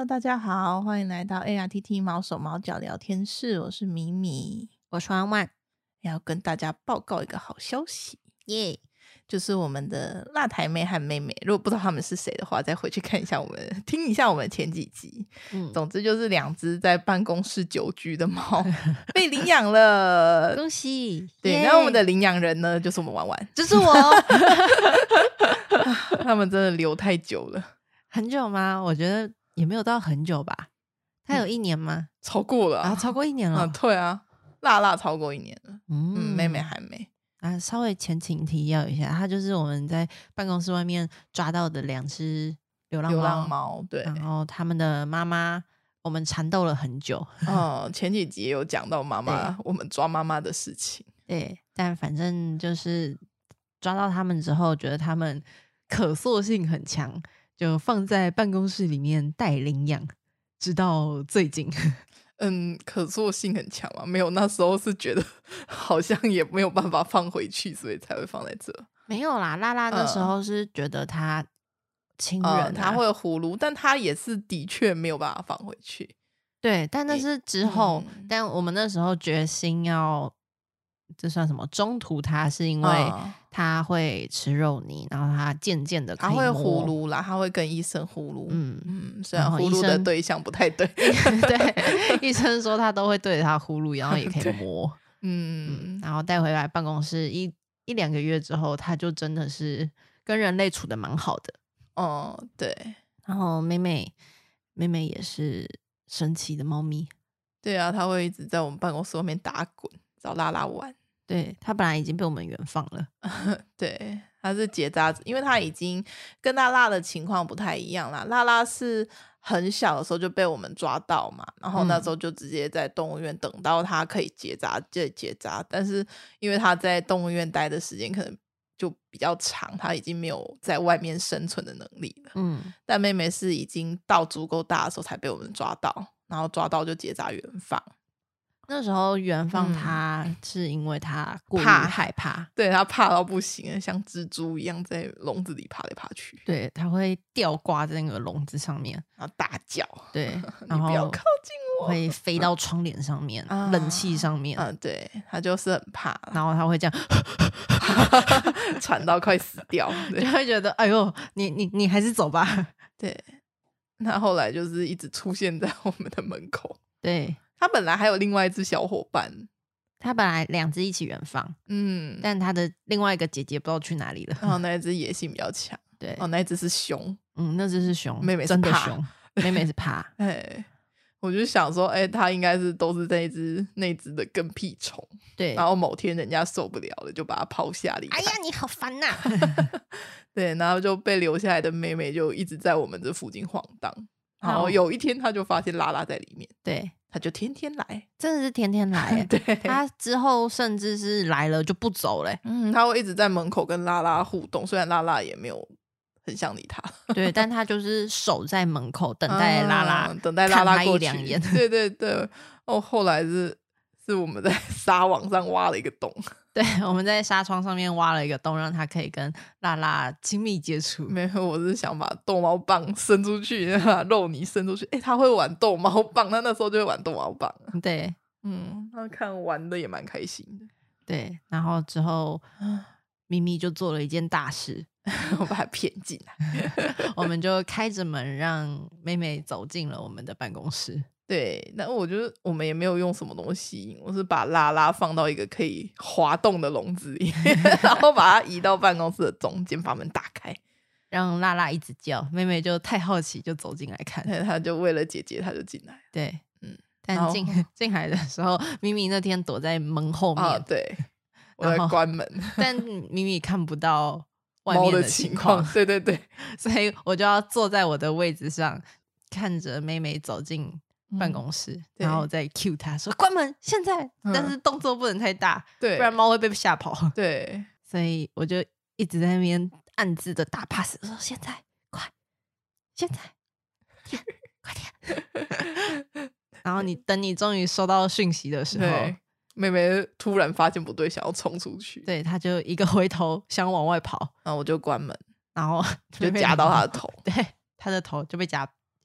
大家好，欢迎来到 ARTT 毛手毛脚聊天室，我是米米， 我是婉婉， 要跟大家报告一个好消息， 耶！ 就是我们的辣台妹和妹妹，如果不知道他们是谁的话，再回去看一下听一下我们前几集。总之就是2只在办公室久居的猫被领养了， 恭喜！ 对，然后我们的领养人呢，就是我们婉婉， 就是我。 他们真的留太久了， 很久吗？我觉得也没有到很久吧。他有1年吗？ 超过了啊，超过1年了。 对啊，辣超过1年了。妹妹还没。 稍微前情提要一下，它就是我们在办公室外面抓到的2只流浪猫， 对。 然后他们的妈妈，我们缠斗了很久。 前几集也有讲到妈妈，我们抓妈妈的事情。 对，但反正就是抓到他们之后，觉得他们可塑性很强，就放在办公室里面待领养，直到最近。 可塑性很强嘛？没有，那时候是觉得好像也没有办法放回去，所以才会放在这。 没有啦，辣辣那时候是觉得他亲人， 他会呼噜，但他也是的确没有办法放回去。 对，但那是之后，但我们那时候决心要，这算什么？中途他是因为他会吃肉泥，然后他渐渐的他会呼噜啦，他会跟医生呼噜。虽然呼噜的对象不太对， 对，医生说他都会对着他呼噜，然后也可以摸。然后带回来办公室一2个月之后，他就真的是跟人类处的蛮好的。 对。 然后妹妹也是神奇的猫咪。 对啊，他会一直在我们办公室外面打滚，找拉拉玩。 对，他本来已经被我们远放了。 对，他是结扎，因为他已经跟拉拉的情况不太一样啦。拉拉是很小的时候就被我们抓到嘛，然后那时候就直接在动物园等到他可以结扎就结扎，但是因为他在动物园待的时间可能就比较长，他已经没有在外面生存的能力了。但妹妹是已经到足够大的时候才被我们抓到，然后抓到就结扎原放。 那时候原放他是因为他过于害怕， 对，他怕到不行，像蜘蛛一样在笼子里爬来爬去。 对，他会吊挂在那个笼子上面， 然后大叫。 对， 你不要靠近我， 会飞到窗帘上面、冷气上面。 对，他就是很怕， 然后他会这样喘到快死掉， 就会觉得哎呦，你还是走吧。 对，他后来就是一直出现在我们的门口。 对， 他本来还有另外一只小伙伴， 他本来2只一起远放，但他的另外一个姐姐不知道去哪里了。 然后那一只野性比较强， 对， 那一只是熊， 那只是熊， 妹妹是真的熊，妹妹是怕。 我就想说，他应该是都是那只的跟屁虫， 对， 然后某天人家受不了了，就把它抛下离开。 哎呀，你好烦呐！ 对，然后就被留下来的妹妹就一直在我们这附近晃荡。然后有一天他就发现拉拉在里面， 对， 他就天天来， 真的是天天来。 对， 他之后甚至是来了就不走嘞。 他会一直在门口跟拉拉互动，虽然拉拉也没有很想理他， 对，但他就是守在门口等待拉拉， 等待拉拉过去 1-2眼。 对对对，后来是我们在纱网上挖了一个洞。 对，我们在纱窗上面挖了一个洞，让他可以跟拉拉亲密接触。 没有，我是想把逗猫棒伸出去，把肉泥伸出去。他会玩逗猫棒，他那时候就会玩逗猫棒。 对， 他看玩的也蛮开心的。 对，然后之后咪咪就做了一件大事， 我把他骗进来， 我们就开着门让妹妹走进了我们的办公室。 对，然后我觉得我们也没有用什么东西，我是把拉拉放到一个可以滑动的笼子里然后把它移到办公室的中间，把门打开， 让拉拉一直叫，妹妹就太好奇就走进来看。 她就为了姐姐她就进来。 对，但进来的时候咪咪那天躲在门后面。 对，我在关门， 但咪咪看不到外面的情况。 对对对， 所以我就要坐在我的位置上看着妹妹走进办公室，然后再 cue 她说关门现在，但是动作不能太大， 对， 不然猫会被吓跑。 对， 所以我就一直在那边暗自的打 pass， 说现在快，现在快点。然后等你终于收到讯息的时候， 妹妹突然发现不对，想要冲出去， 对，她就一个回头想往外跑， 然后我就关门， 然后就夹到她的头， 对，她的头就被夹。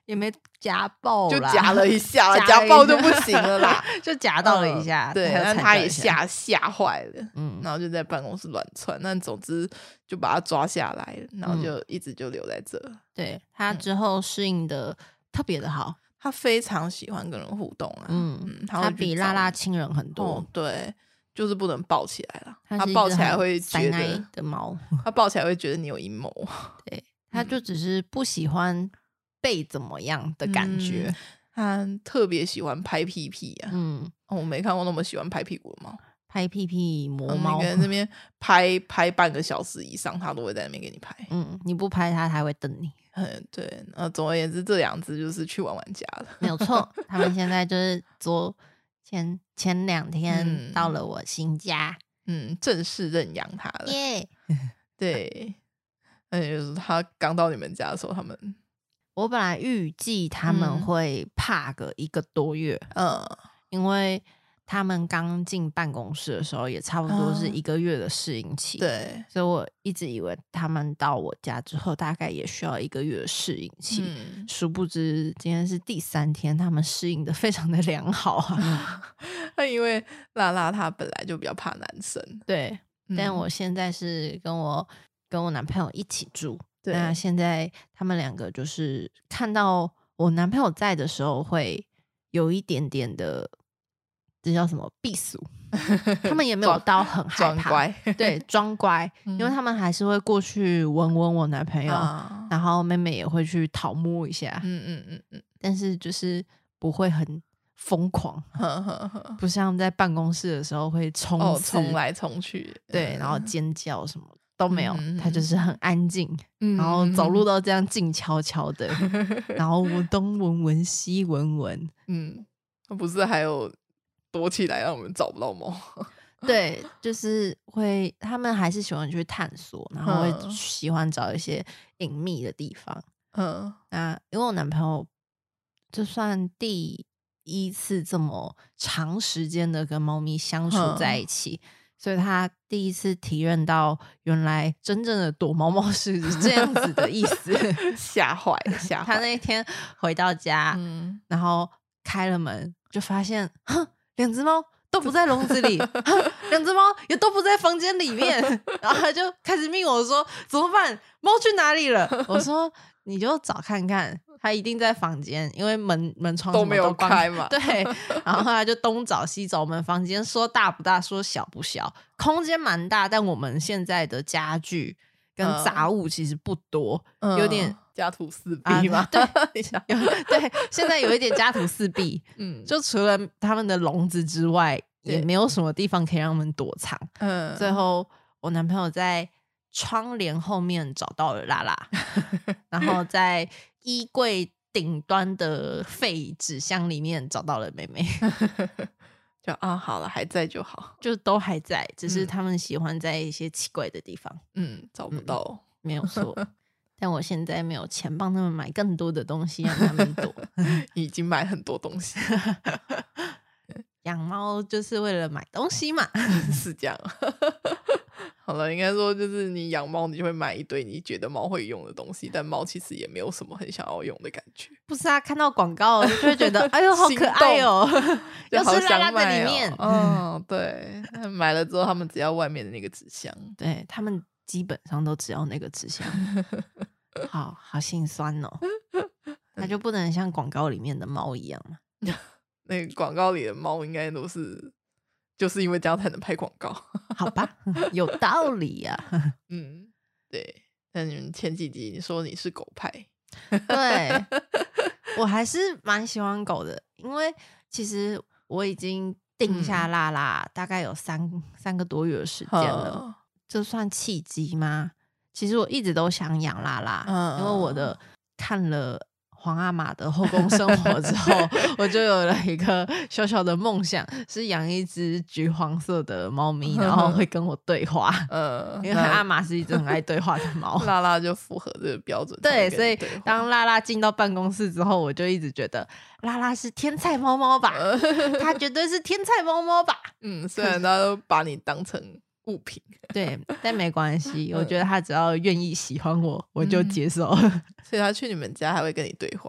也没家暴啦， 就夹了一下啦， 夹了一家暴就不行了啦。 就夹到了一下， 对， 还有但他也惨叫一下吓坏了， 嗯然后就在办公室乱窜。那总之就把他抓下来了，然后就一直就留在这。 对，他之后适应的特别的好， 他非常喜欢跟人互动啊，他他会去找比拉拉你亲人很多。 哦，对，就是不能抱起来了，他它是一只抱起来很会觉塞奶得的猫， 他抱起来会觉得你有阴谋。 对，它就只是不喜欢被怎么样的感觉。 他特别喜欢拍屁屁啊，我没看过那么喜欢拍屁股的猫。 拍屁屁磨猫， 你跟那边拍半个小时以上，他都会在那边给你拍。 你不拍它，它会瞪你。 对，总而言之，这2只就是去玩玩家了， 没有错。他们现在就是前2天到了我新家， 正式认养它了。 耶！ 对，就是他刚到你们家的时候， 我本来预计他们会怕个1个多月，因为他们刚进办公室的时候也差不多是1个月的适应期， 对， 所以我一直以为他们到我家之后大概也需要1个月的适应期，殊不知今天是第3天，他们适应的非常的良好啊。 那因为拉拉他本来就比较怕男生， 对，但我现在是跟我男朋友一起住。 对， 那现在他们2个就是看到我男朋友在的时候，会有一点点的，这叫什么避暑？他们也没有到很害怕， 装乖， 对，装乖，因为他们还是会过去闻闻我男朋友，然后妹妹也会去讨摸一下，但是就是不会很疯狂，不像在办公室的时候会冲来冲去， 对，然后尖叫什么都没有，他就是很安静，然后走路都这样静悄悄的，然后我东闻闻西闻闻， 不是还有躲起来让我们找不到猫？ 对，就是会，他们还是喜欢去探索，然后会喜欢找一些隐秘的地方。那因为我男朋友就算第1次这么长时间的跟猫咪相处在一起。所以他第1次体认到，原来真正的躲猫猫是这样子的意思， 吓坏了。 他那天回到家，然后开了门，就发现2只猫都不在笼子里，2只猫也都不在房间里面，然后他就开始命我说怎么办？猫去哪里了？我说你就找看看。他一定在房间，因为门窗都没有开嘛。 对，然后他就东找西找，我们房间说大不大，说小不小，空间蛮大，但我们现在的家具跟杂物其实不多，有点家徒四壁嘛。 对，对，现在有一点家徒四壁。就除了他们的笼子之外，也没有什么地方可以让他们躲藏。最后我男朋友在窗帘后面找到了拉拉，然后在衣柜顶端的废纸箱里面找到了妹妹。 就好了，还在就好， 就都还在，只是他们喜欢在一些奇怪的地方， 找不到， 没有错。但我现在没有钱帮他们买更多的东西让他们躲， 已经买很多东西。 养猫就是为了买东西嘛， 是这样。好了，应该说就是你养猫，你就会买一堆你觉得猫会用的东西，但猫其实也没有什么很想要用的感觉。 不是啊，看到广告就会觉得哎呦好可爱哦，又是拉拉在里面。 对，买了之后他们只要外面的那个纸箱， 对，他们基本上都只要那个纸箱。好心酸哦，那就不能像广告里面的猫一样嘛。 那个广告里的猫应该都是就是因为这样才能拍广告。 好吧，有道理呀。 对。但你们前几集你说你是狗派， 对，我还是蛮喜欢狗的，因为其实我已经定下拉拉大概有3个多月的时间了。这算契机吗？其实我一直都想养拉拉，因为我看了皇阿玛的后宫生活之后，我就有了一个小小的梦想，是养一只橘黄色的猫咪，然后会跟我对话。因为阿玛是一只很爱对话的猫， 拉拉就符合这个标准。 对，所以当拉拉进到办公室之后，我就一直觉得拉拉是天才猫猫吧，它绝对是天才猫猫吧。 虽然大家都把你当成物品， 对，但没关系，我觉得他只要愿意喜欢我，我就接受。 所以他去你们家还会跟你对话？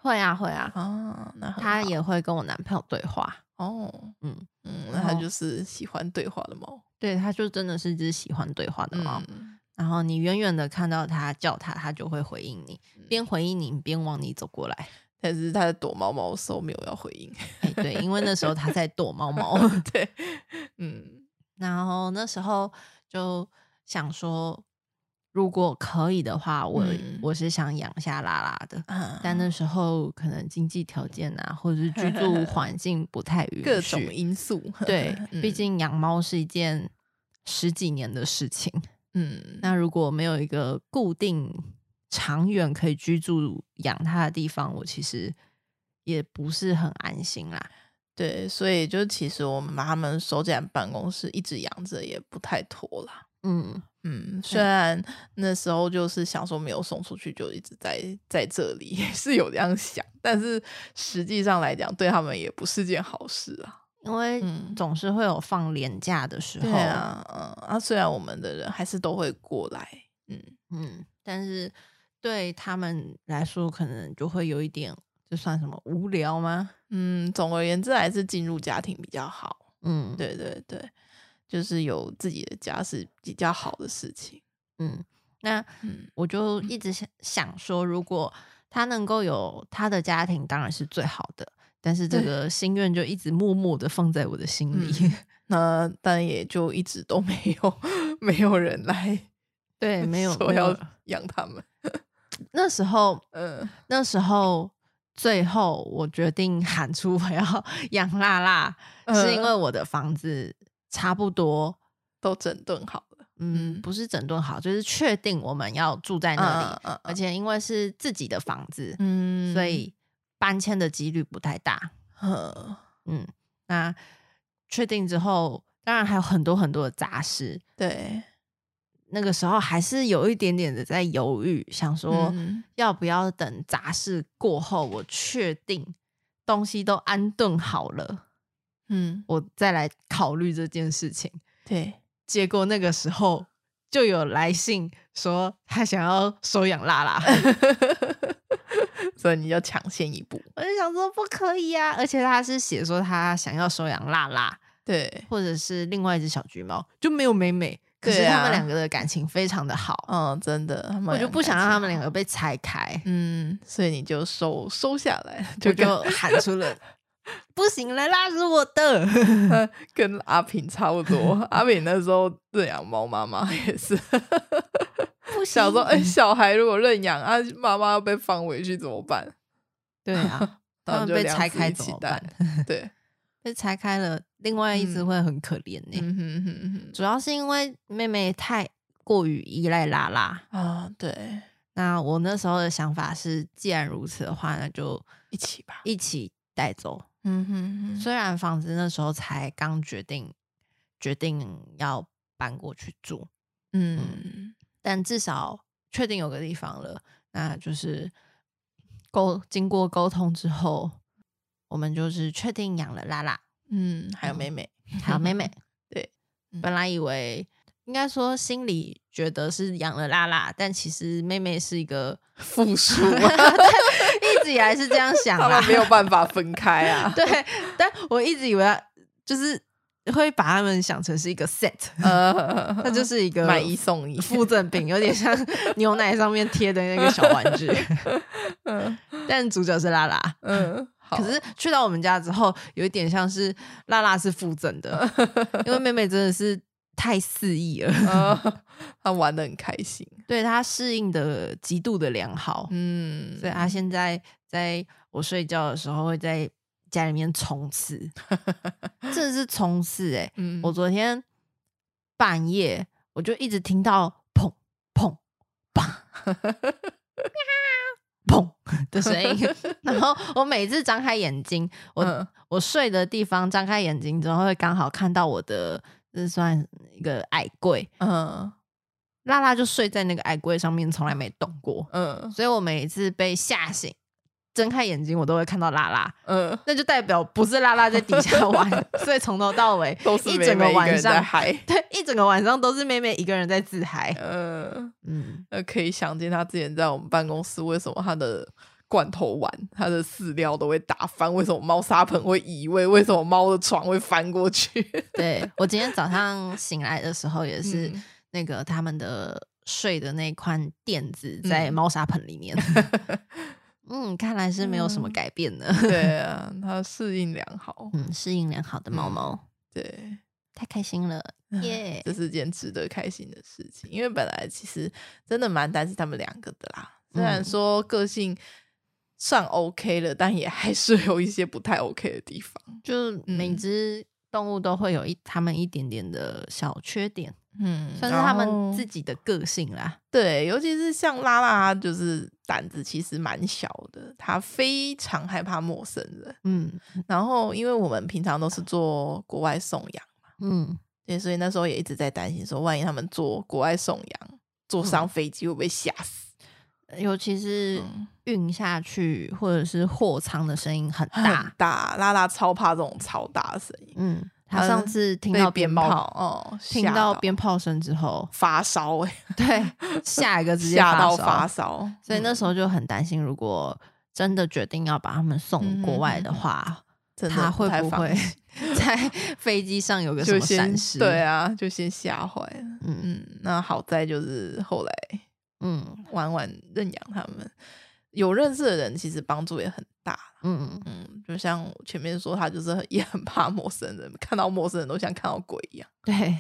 会啊会啊， 那很他好也会跟我男朋友对话。 哦， 嗯， 那他就是喜欢对话的猫。 对，他就真的是只喜欢对话的猫。然后你远远的看到他叫他，他就会回应你，边回应你边往你走过来。 但是他在躲猫猫的时候没有要回应。 对，因为那时候他在躲猫猫。 对， 然后那时候就想说，如果可以的话，我是想养下拉拉的，但那时候可能经济条件啊，或者是居住环境不太允许， 各种因素。 对，毕竟养猫是一件10几年的事情。那如果没有一个固定长远可以居住养它的地方，我其实也不是很安心啦。 对，所以就其实我们把他们收进来办公室一直养着也不太妥啦。虽然那时候就是想说没有送出去就一直在这里，也是有这样想，但是实际上来讲对他们也不是件好事啊。 因为总是会有放年假的时候。 对啊，虽然我们的人还是都会过来， 但是对他们来说可能就会有一点，这算什么无聊吗？ 总而言之还是进入家庭比较好。对对对，就是有自己的家是比较好的事情。 那我就一直想说，如果他能够有他的家庭当然是最好的，但是这个心愿就一直默默的放在我的心里。 那但也就一直都没有人来， 对，没有说要养他们。 那时候最后我决定喊出我要养辣辣，是因为我的房子差不多都整顿好了。 不是整顿好，就是确定我们要住在那里，而且因为是自己的房子，所以搬迁的几率不太大。那确定之后，当然还有很多很多的杂事。 对， 那个时候还是有一点点的在犹豫，想说要不要等杂事过后，我确定东西都安顿好了，我再来考虑这件事情。 对， 结果那个时候就有来信说他想要收养辣辣。 所以你就抢先一步。 我就想说不可以啊，而且他是写说他想要收养辣辣， 对， 或者是另外一只小橘猫，就没有美美。可是他们两个的感情非常的好。 真的， 我就不想让他们两个被拆开。 所以你就收下来， 就喊出了不行了，辣是我的。 跟阿平差不多。阿平那时候认养猫妈妈也是想说小孩如果认养啊，妈妈要被放回去怎么办？ 对啊，他们被拆开怎么办？ 对， 被拆开了，另外一只会很可怜呢。主要是因为妹妹太过于依赖拉拉啊。对， 那我那时候的想法是，既然如此的话，那就一起吧， 一起带走。虽然房子那时候才刚决定要搬过去住，但至少确定有个地方了。那就是经过沟通之后，我们就是确定养了拉拉， 还有妹妹， 对，本来以为应该说心里觉得是养了拉拉，但其实妹妹是一个附属。 一直以来是这样想啦， 他们没有办法分开啊。 对，但我一直以为就是会把他们想成是一个 set， 它就是一个买一送一附赠品，有点像牛奶上面贴的那个小玩具。但主角是拉拉。可是去到我们家之后，有一点像是拉拉是附赠的，因为妹妹真的是太肆意了。 她玩得很开心， 对，她适应的极度的良好。所以她现在在我睡觉的时候会在家里面冲刺，真的是冲刺欸。我昨天半夜我就一直听到砰砰砰砰的声音，然后我每次张开眼睛，我睡的地方张开眼睛之后会刚好看到我的，这算一个矮柜，拉拉就睡在那个矮柜上面，从来没动过，所以我每一次被吓醒睁开眼睛我都会看到拉拉，那就代表不是拉拉在底下玩，所以从头到尾都是一整个晚上嗨， 对，一整个晚上都是妹妹一个人在自嗨。 可以想见她之前在我们办公室为什么她的罐头碗，它的饲料都会打翻，为什么猫砂盆会移位，为什么猫的床会翻过去。 对，我今天早上醒来的时候也是那个他们的睡的那块垫子在猫砂盆里面。看来是没有什么改变的。 对啊，它适应良好。 适应良好的猫猫。 对， 太开心了耶！ 这是件值得开心的事情，因为本来其实真的蛮担心他们两个的啦。虽然说个性算 OK 了，但也还是有一些不太 OK 的地方。 就每只动物都会有他们一点点的小缺点，算是他们自己的个性啦。 对，尤其是像拉拉，就是胆子其实蛮小的，他非常害怕陌生人。然后因为我们平常都是做国外送养嘛，对，所以那时候也一直在担心说，万一他们做国外送养，坐上飞机会不会吓死？ 尤其是运下去或者是货舱的声音很大， 很大。拉拉超怕这种超大的声音。 他上次听到鞭炮， 听到鞭炮声之后发烧对，下一个直接吓到发烧。 所以那时候就很担心，如果真的决定要把他们送国外的话，他会不会在飞机上有个什么闪失？ 对啊，就先吓坏了。那好在就是后来晚晚认养他们，有认识的人其实帮助也很大。就像我前面说，他就是也很怕陌生人，看到陌生人都像看到鬼一样。 对，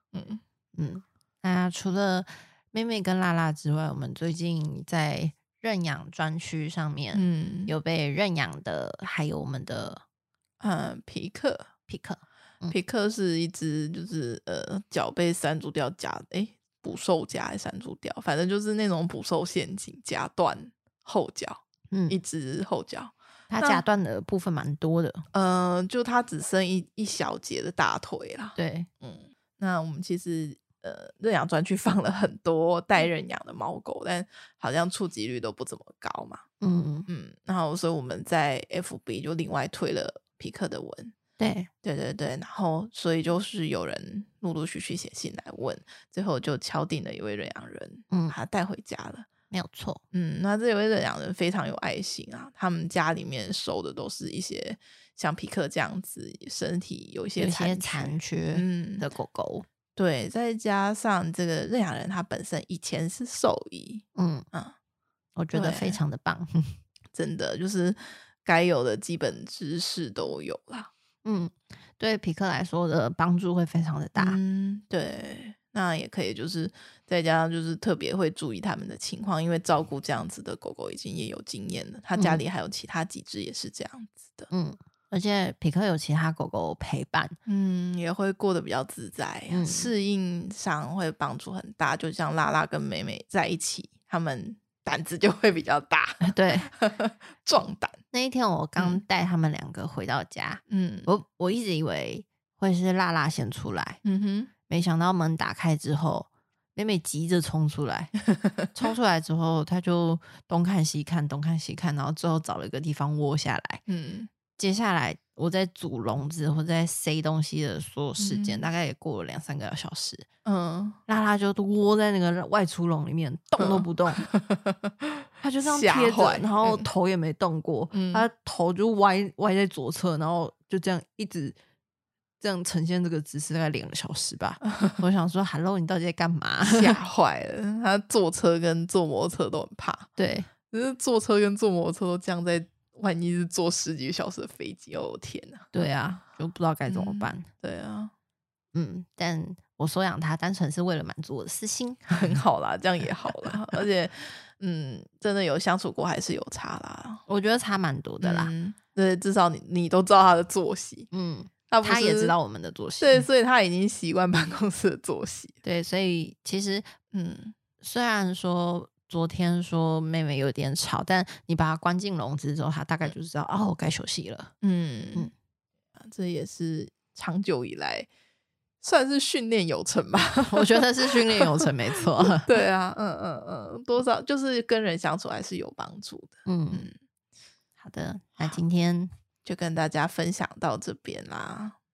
那除了妹妹跟辣辣之外，我们最近在认养专区上面，有被认养的，还有我们的皮克。皮克是一只就是脚被山猪吊夹，捕兽夹还是山猪吊，反正就是那种捕兽陷阱夹断后脚，一只后脚。 它夹断的部分蛮多的， 就它只剩一小节的大腿啦。 对， 那我们其实认养专区放了很多待认养的猫狗，但好像触及率都不怎么高嘛。然后所以我们在 FB 就另外推了皮克的文。对，然后所以就是有人陆陆续续写信来问，最后就敲定了一位认养人，把他带回家了。 没有错。 那这位认养人非常有爱心啊，他们家里面收的都是一些像皮克这样子身体有一些残缺的狗狗。 对，再加上这个认养人他本身以前是兽医。 我觉得非常的棒。 真的就是该有的基本知识都有啦。 对皮克来说的帮助会非常的大。 对，那也可以就是再加上就是特别会注意他们的情况，因为照顾这样子的狗狗已经也有经验了，他家里还有其他几只也是这样子的。 而且皮克有其他狗狗陪伴， 也会过得比较自在，适应上会帮助很大。就像拉拉跟美美在一起，他们胆子就会比较大。 对， 壮胆。 那一天我刚带他们两个回到家，我一直以为会是辣辣先出来，没想到门打开之后，妹妹急着冲出来，冲出来之后，她就东看西看，东看西看，然后最后找了一个地方窝下来。接下来我在组笼子或在塞东西的所有时间，大概也过了2-3个小时。拉拉就窝在那个外出笼里面，动都不动。他就这样贴着，然后头也没动过，他头就歪在左侧，然后就这样一直这样呈现这个姿势，大概2个小时吧。我想说 ，Hello， 你到底在干嘛？ 吓坏了！他坐车跟坐摩托车都很怕。 对， 可是坐车跟坐摩托车都这样在。万一是坐10几个小时的飞机，天啊！ 对啊，就不知道该怎么办。 对啊， 但我收养它单纯是为了满足我的私心， 很好啦，这样也好啦。而且，真的有相处过还是有差啦。 我觉得差蛮多的啦。 对，至少你都知道他的作息， 他也知道我们的作息， 对，所以他已经习惯办公室的作息。 对，所以其实，虽然说。昨天说妹妹有点吵，但你把她关进笼子之后，她大概就知道该休息了。 这也是长久以来算是训练有成吧。 我觉得是训练有成，没错。 对啊，多少就是跟人相处还是有帮助的。 好的，那今天就跟大家分享到这边啦。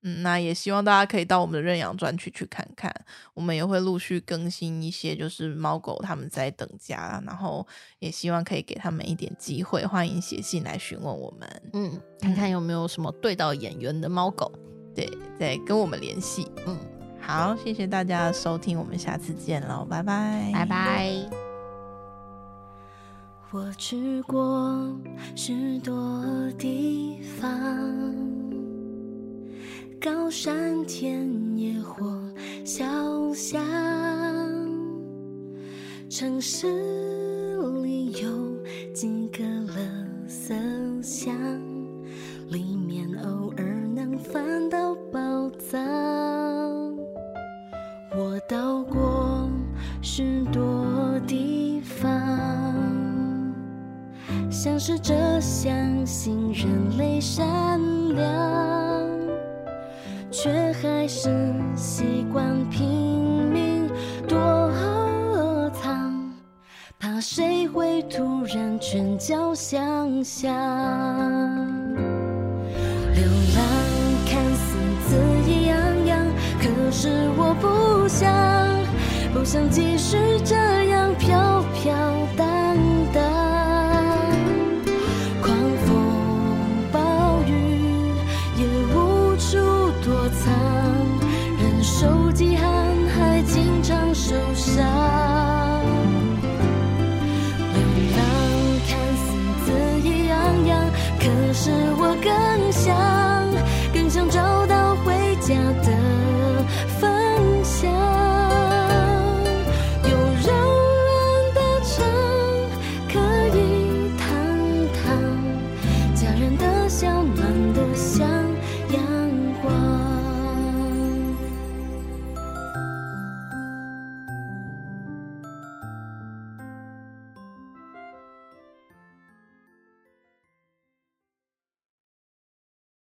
那也希望大家可以到我们的认养专区去看看，我们也会陆续更新一些就是猫狗他们在等家，然后也希望可以给他们一点机会，欢迎写信来询问我们， 看看有没有什么对到眼缘的猫狗， 对，再跟我们联系。好，谢谢大家的收听，我们下次见咯，拜拜， 拜拜。 我去过许多地方，高山田野或小巷，城市里有几个垃圾箱，里面偶尔能翻到宝藏。我到过许多地方，像是着相信人类善良，却还是习惯拼命躲藏，怕谁会突然拳脚相向。流浪看似恣意洋洋，可是我不想继续这样飘飘荡荡。狂风暴雨也无处躲藏，忍受饥寒还经常受伤。流浪看似恣意洋洋，可是我更想找到回家的方